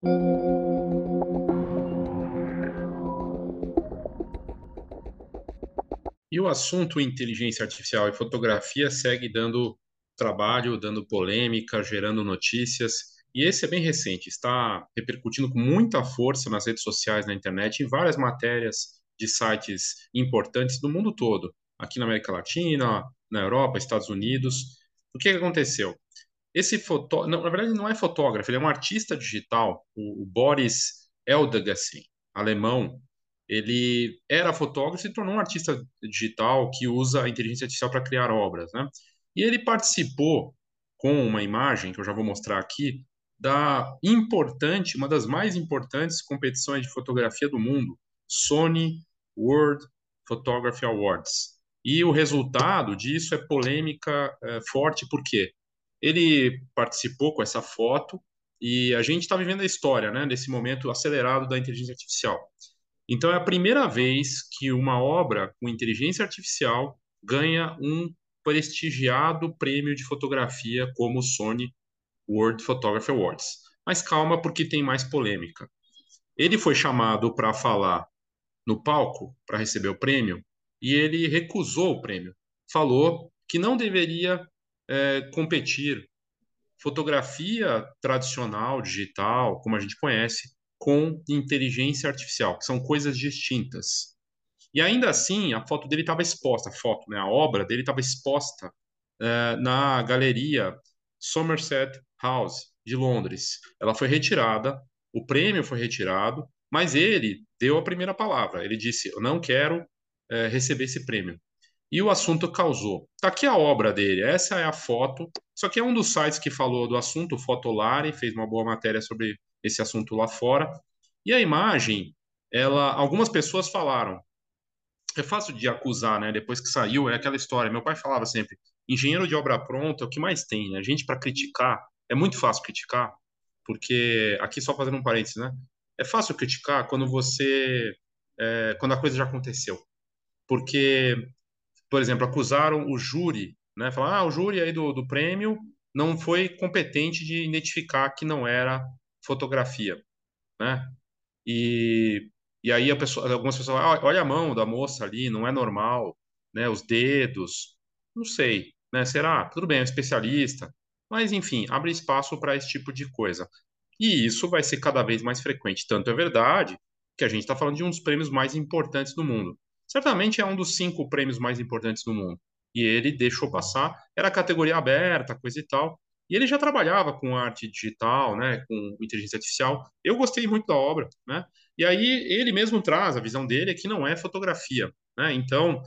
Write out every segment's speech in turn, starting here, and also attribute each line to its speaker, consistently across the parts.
Speaker 1: E o assunto inteligência artificial e fotografia segue dando trabalho, dando polêmica, gerando notícias. E esse é bem recente, está repercutindo com muita força nas redes sociais, na internet, em várias matérias de sites importantes do mundo todo, aqui na América Latina, na Europa, Estados Unidos. O que aconteceu? Esse fotógrafo, na verdade, não é fotógrafo, ele é um artista digital, o Boris Eldagacy, alemão. Ele era fotógrafo e se tornou um artista digital que usa a inteligência artificial para criar obras, né? E ele participou com uma imagem que eu já vou mostrar aqui da importante, uma das mais importantes competições de fotografia do mundo, Sony World Photography Awards. E o resultado disso é polêmica forte, por quê? Ele participou com essa foto e a gente está vivendo a história, né, desse momento acelerado da inteligência artificial. Então é a primeira vez que uma obra com inteligência artificial ganha um prestigiado prêmio de fotografia como o Sony World Photography Awards. Mas calma, porque tem mais polêmica. Ele foi chamado para falar no palco para receber o prêmio e ele recusou o prêmio. Falou que não deveria competir fotografia tradicional, digital, como a gente conhece, com inteligência artificial, que são coisas distintas. E ainda assim, a foto dele estava exposta, a foto, né, a obra dele estava exposta na galeria Somerset House de Londres. Ela foi retirada, o prêmio foi retirado, mas ele deu a primeira palavra. Ele disse: "Eu não quero receber esse prêmio." E o assunto causou. Tá aqui a obra dele, essa é a foto. Isso aqui é um dos sites que falou do assunto, o Fotolari, fez uma boa matéria sobre esse assunto lá fora. E a imagem, algumas pessoas falaram, é fácil de acusar, né? Depois que saiu, é aquela história. Meu pai falava sempre: engenheiro de obra pronta é o que mais tem, né? Gente para criticar, é muito fácil criticar, porque aqui só fazendo um parênteses, né? É fácil criticar quando a coisa já aconteceu, porque, por exemplo, acusaram o júri, né? Falaram: o júri aí do prêmio não foi competente de identificar que não era fotografia, né? E, e aí algumas pessoas, olha a mão da moça ali, não é normal, né? Os dedos, não sei, né? Será? Tudo bem, é um especialista, mas enfim, abre espaço para esse tipo de coisa. E isso vai ser cada vez mais frequente. Tanto é verdade que a gente está falando de um dos prêmios mais importantes do mundo. Certamente é um dos 5 prêmios mais importantes do mundo. E ele deixou passar, era categoria aberta, coisa e tal. E ele já trabalhava com arte digital, né, com inteligência artificial. Eu gostei muito da obra, né? E aí ele mesmo traz a visão dele é que não é fotografia, né? Então,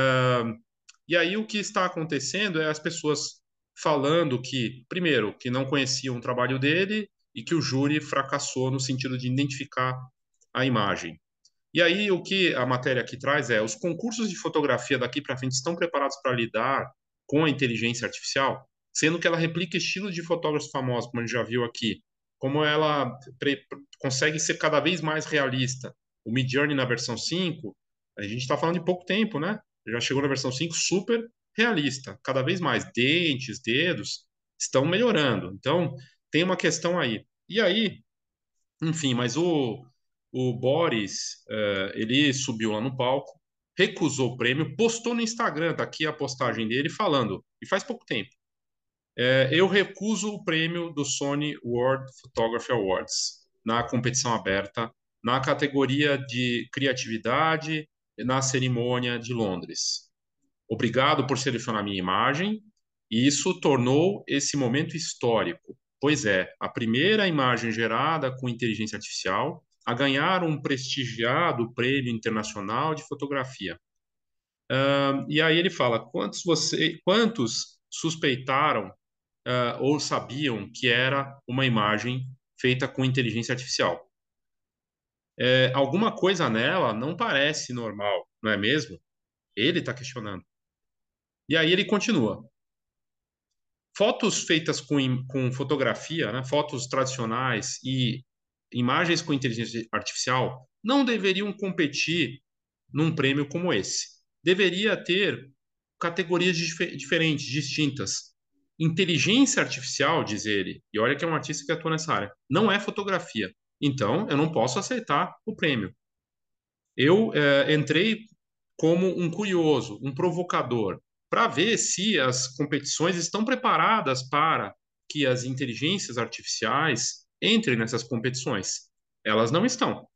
Speaker 1: e aí o que está acontecendo é as pessoas falando que, primeiro, que não conheciam o trabalho dele e que o júri fracassou no sentido de identificar a imagem. E aí o que a matéria aqui traz é: os concursos de fotografia daqui para frente estão preparados para lidar com a inteligência artificial, sendo que ela replica estilos de fotógrafos famosos, como a gente já viu aqui, como ela consegue ser cada vez mais realista. O Midjourney na versão 5, a gente está falando de pouco tempo, né? Já chegou na versão 5 super realista, cada vez mais. Dentes, dedos estão melhorando. Então, tem uma questão aí. E aí, enfim, mas o Boris, ele subiu lá no palco, recusou o prêmio, postou no Instagram, tá aqui a postagem dele falando, e faz pouco tempo: eu recuso o prêmio do Sony World Photography Awards na competição aberta, na categoria de criatividade, na cerimônia de Londres. Obrigado por selecionar minha imagem. E isso tornou esse momento histórico, pois é a primeira imagem gerada com inteligência artificial a ganhar um prestigiado prêmio internacional de fotografia. E aí ele fala: quantos suspeitaram ou sabiam que era uma imagem feita com inteligência artificial? Alguma coisa nela não parece normal, não é mesmo? Ele está questionando. E aí ele continua: fotos feitas com fotografia, né, fotos tradicionais e imagens com inteligência artificial não deveriam competir num prêmio como esse. Deveria ter categorias diferentes, distintas. Inteligência artificial, diz ele, e olha que é um artista que atua nessa área, não é fotografia. Então, eu não posso aceitar o prêmio. Eu entrei como um curioso, um provocador, para ver se as competições estão preparadas para que as inteligências artificiais entrem nessas competições. Elas não estão.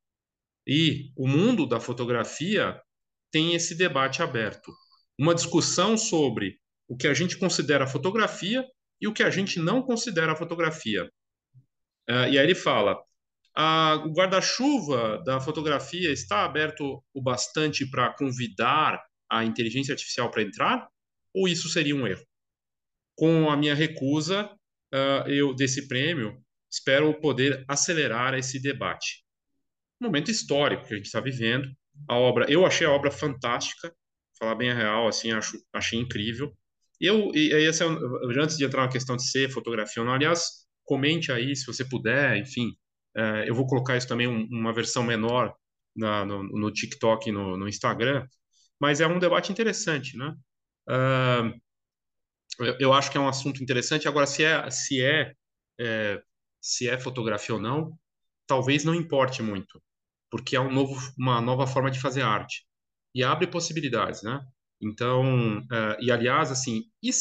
Speaker 1: E o mundo da fotografia tem esse debate aberto. Uma discussão sobre o que a gente considera fotografia e o que a gente não considera fotografia. E aí ele fala: o guarda-chuva da fotografia está aberto o bastante para convidar a inteligência artificial para entrar? Ou isso seria um erro? Com a minha recusa, eu desse prêmio, espero poder acelerar esse debate. Momento histórico que a gente está vivendo. Eu achei a obra fantástica, falar bem a real, assim, achei incrível. E aí, assim, antes de entrar na questão de ser fotografia ou não, aliás, comente aí se você puder, enfim, eu vou colocar isso também uma versão menor no TikTok e no Instagram, mas é um debate interessante, né? Ah, eu acho que é um assunto interessante. Agora, é, se é fotografia ou não, talvez não importe muito, porque é uma nova forma de fazer arte e abre possibilidades, né? Então, e aliás, assim,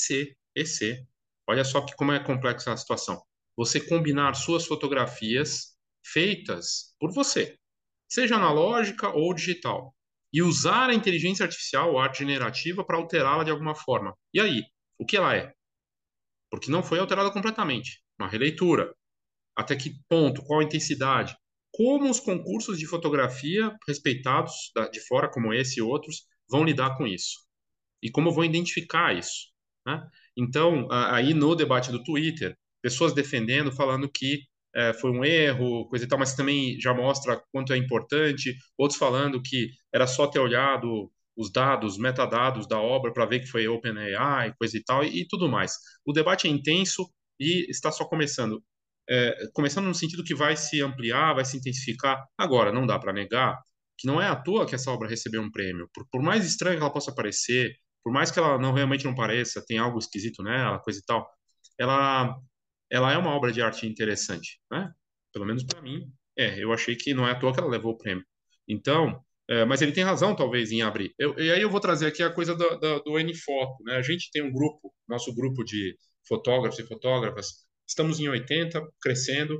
Speaker 1: olha só que como é complexa a situação. Você combinar suas fotografias feitas por você, seja analógica ou digital, e usar a inteligência artificial ou arte generativa para alterá-la de alguma forma. E aí, o que ela é? Porque não foi alterada completamente. Uma releitura. Até que ponto? Qual a intensidade? Como os concursos de fotografia respeitados de fora, como esse e outros, vão lidar com isso? E como vão identificar isso? Né? Então, aí no debate do Twitter, pessoas defendendo, falando que foi um erro, coisa e tal, mas também já mostra quanto é importante. Outros falando que era só ter olhado os dados, metadados da obra para ver que foi OpenAI, coisa e tal, e tudo mais. O debate é intenso e está só começando. Começando no sentido que vai se ampliar, vai se intensificar. Agora, não dá para negar que não é à toa que essa obra recebeu um prêmio. Por mais estranha que ela possa parecer, por mais que ela não realmente não pareça, tem algo esquisito nela, coisa e tal, ela, ela é uma obra de arte interessante, né? Pelo menos para mim, eu achei que não é à toa que ela levou o prêmio. Então, mas ele tem razão, talvez, em abrir. E aí eu vou trazer aqui a coisa do N-Foto, né? A gente tem um grupo, nosso grupo de fotógrafos e fotógrafas, estamos em 80, crescendo,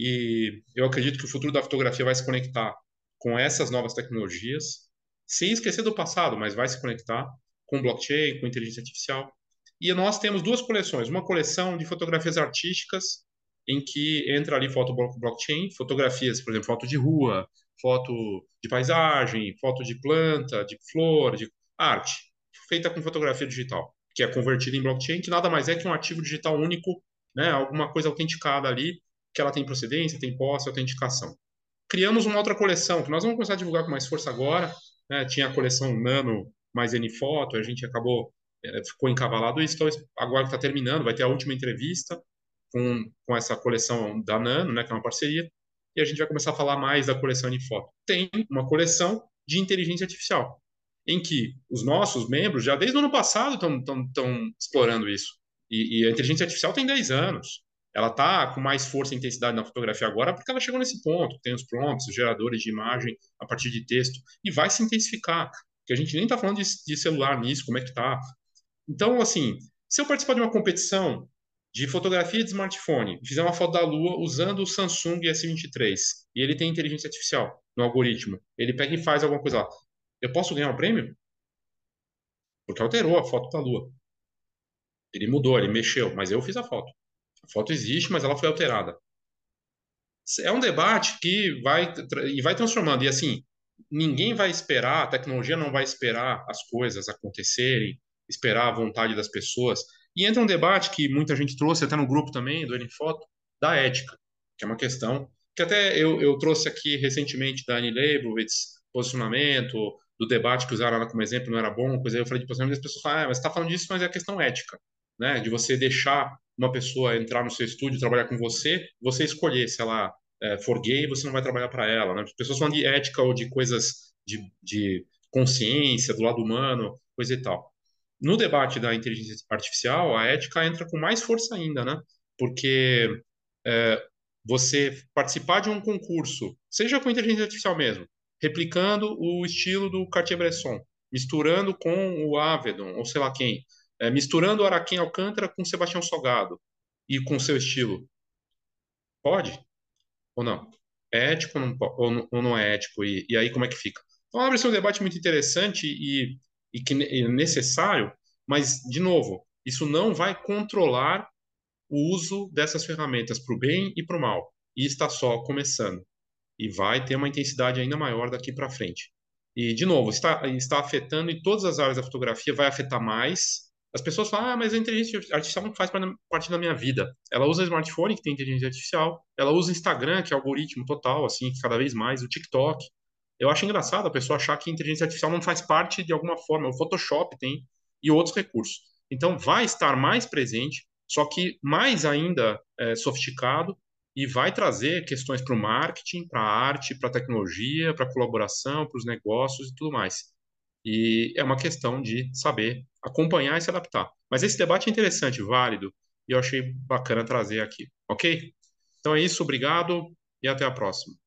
Speaker 1: e eu acredito que o futuro da fotografia vai se conectar com essas novas tecnologias, sem esquecer do passado, mas vai se conectar com blockchain, com inteligência artificial. E nós temos duas coleções. Uma coleção de fotografias artísticas, em que entra ali foto blockchain, fotografias, por exemplo, foto de rua, foto de paisagem, foto de planta, de flor, de arte, feita com fotografia digital, que é convertida em blockchain, que nada mais é que um ativo digital único, né, alguma coisa autenticada ali, que ela tem procedência, tem posse, autenticação. Criamos uma outra coleção, que nós vamos começar a divulgar com mais força agora, né? Tinha a coleção Nano mais N-Foto, a gente acabou, ficou encavalado isso, então agora está terminando, vai ter a última entrevista com essa coleção da Nano, né, que é uma parceria, e a gente vai começar a falar mais da coleção N-Foto. Tem uma coleção de inteligência artificial, em que os nossos membros, já desde o ano passado, estão explorando isso. E a inteligência artificial tem 10 anos. Ela está com mais força e intensidade na fotografia agora porque ela chegou nesse ponto. Tem os prompts, os geradores de imagem a partir de texto, e vai se intensificar. Porque a gente nem está falando de celular nisso, como é que está. Então, assim, se eu participar de uma competição de fotografia de smartphone, fizer uma foto da Lua usando o Samsung S23 e ele tem inteligência artificial no algoritmo, ele pega e faz alguma coisa lá, eu posso ganhar um prêmio? Porque alterou a foto da Lua. Ele mudou, ele mexeu, mas eu fiz a foto. A foto existe, mas ela foi alterada. É um debate que vai transformando. E assim, ninguém vai esperar, a tecnologia não vai esperar as coisas acontecerem, esperar a vontade das pessoas. E entra um debate que muita gente trouxe, até no grupo também, do N-Foto, da ética, que é uma questão que até eu trouxe aqui recentemente da Annie Leibovitz, posicionamento, do debate que usaram ela como exemplo, não era bom, coisa aí eu falei de posicionamento, e as pessoas falam, mas você está falando disso, mas é questão ética, né? De você deixar uma pessoa entrar no seu estúdio, trabalhar com você, você escolher se ela for gay, você não vai trabalhar para ela, né? As pessoas falam de ética ou de coisas de consciência, do lado humano, coisa e tal. No debate da inteligência artificial, a ética entra com mais força ainda, né? Porque é, você participar de um concurso, seja com inteligência artificial mesmo, replicando o estilo do Cartier-Bresson, misturando com o Avedon, ou sei lá quem, misturando o Araquém Alcântara com Sebastião Salgado e com seu estilo. Pode ou não? É ético ou não é ético? E aí como é que fica? Então abre-se um debate muito interessante e necessário, mas, de novo, isso não vai controlar o uso dessas ferramentas para o bem e para o mal. E está só começando. E vai ter uma intensidade ainda maior daqui para frente. E, de novo, está afetando em todas as áreas da fotografia, vai afetar mais. As pessoas falam, ah, mas a inteligência artificial não faz parte da minha vida. Ela usa smartphone, que tem inteligência artificial, ela usa Instagram, que é algoritmo total, assim, cada vez mais, o TikTok. Eu acho engraçado a pessoa achar que a inteligência artificial não faz parte de alguma forma. O Photoshop tem e outros recursos. Então, vai estar mais presente, só que mais ainda sofisticado e vai trazer questões para o marketing, para a arte, para a tecnologia, para a colaboração, para os negócios e tudo mais. E é uma questão de saber acompanhar e se adaptar. Mas esse debate é interessante, válido, e eu achei bacana trazer aqui, ok? Então é isso, obrigado e até a próxima.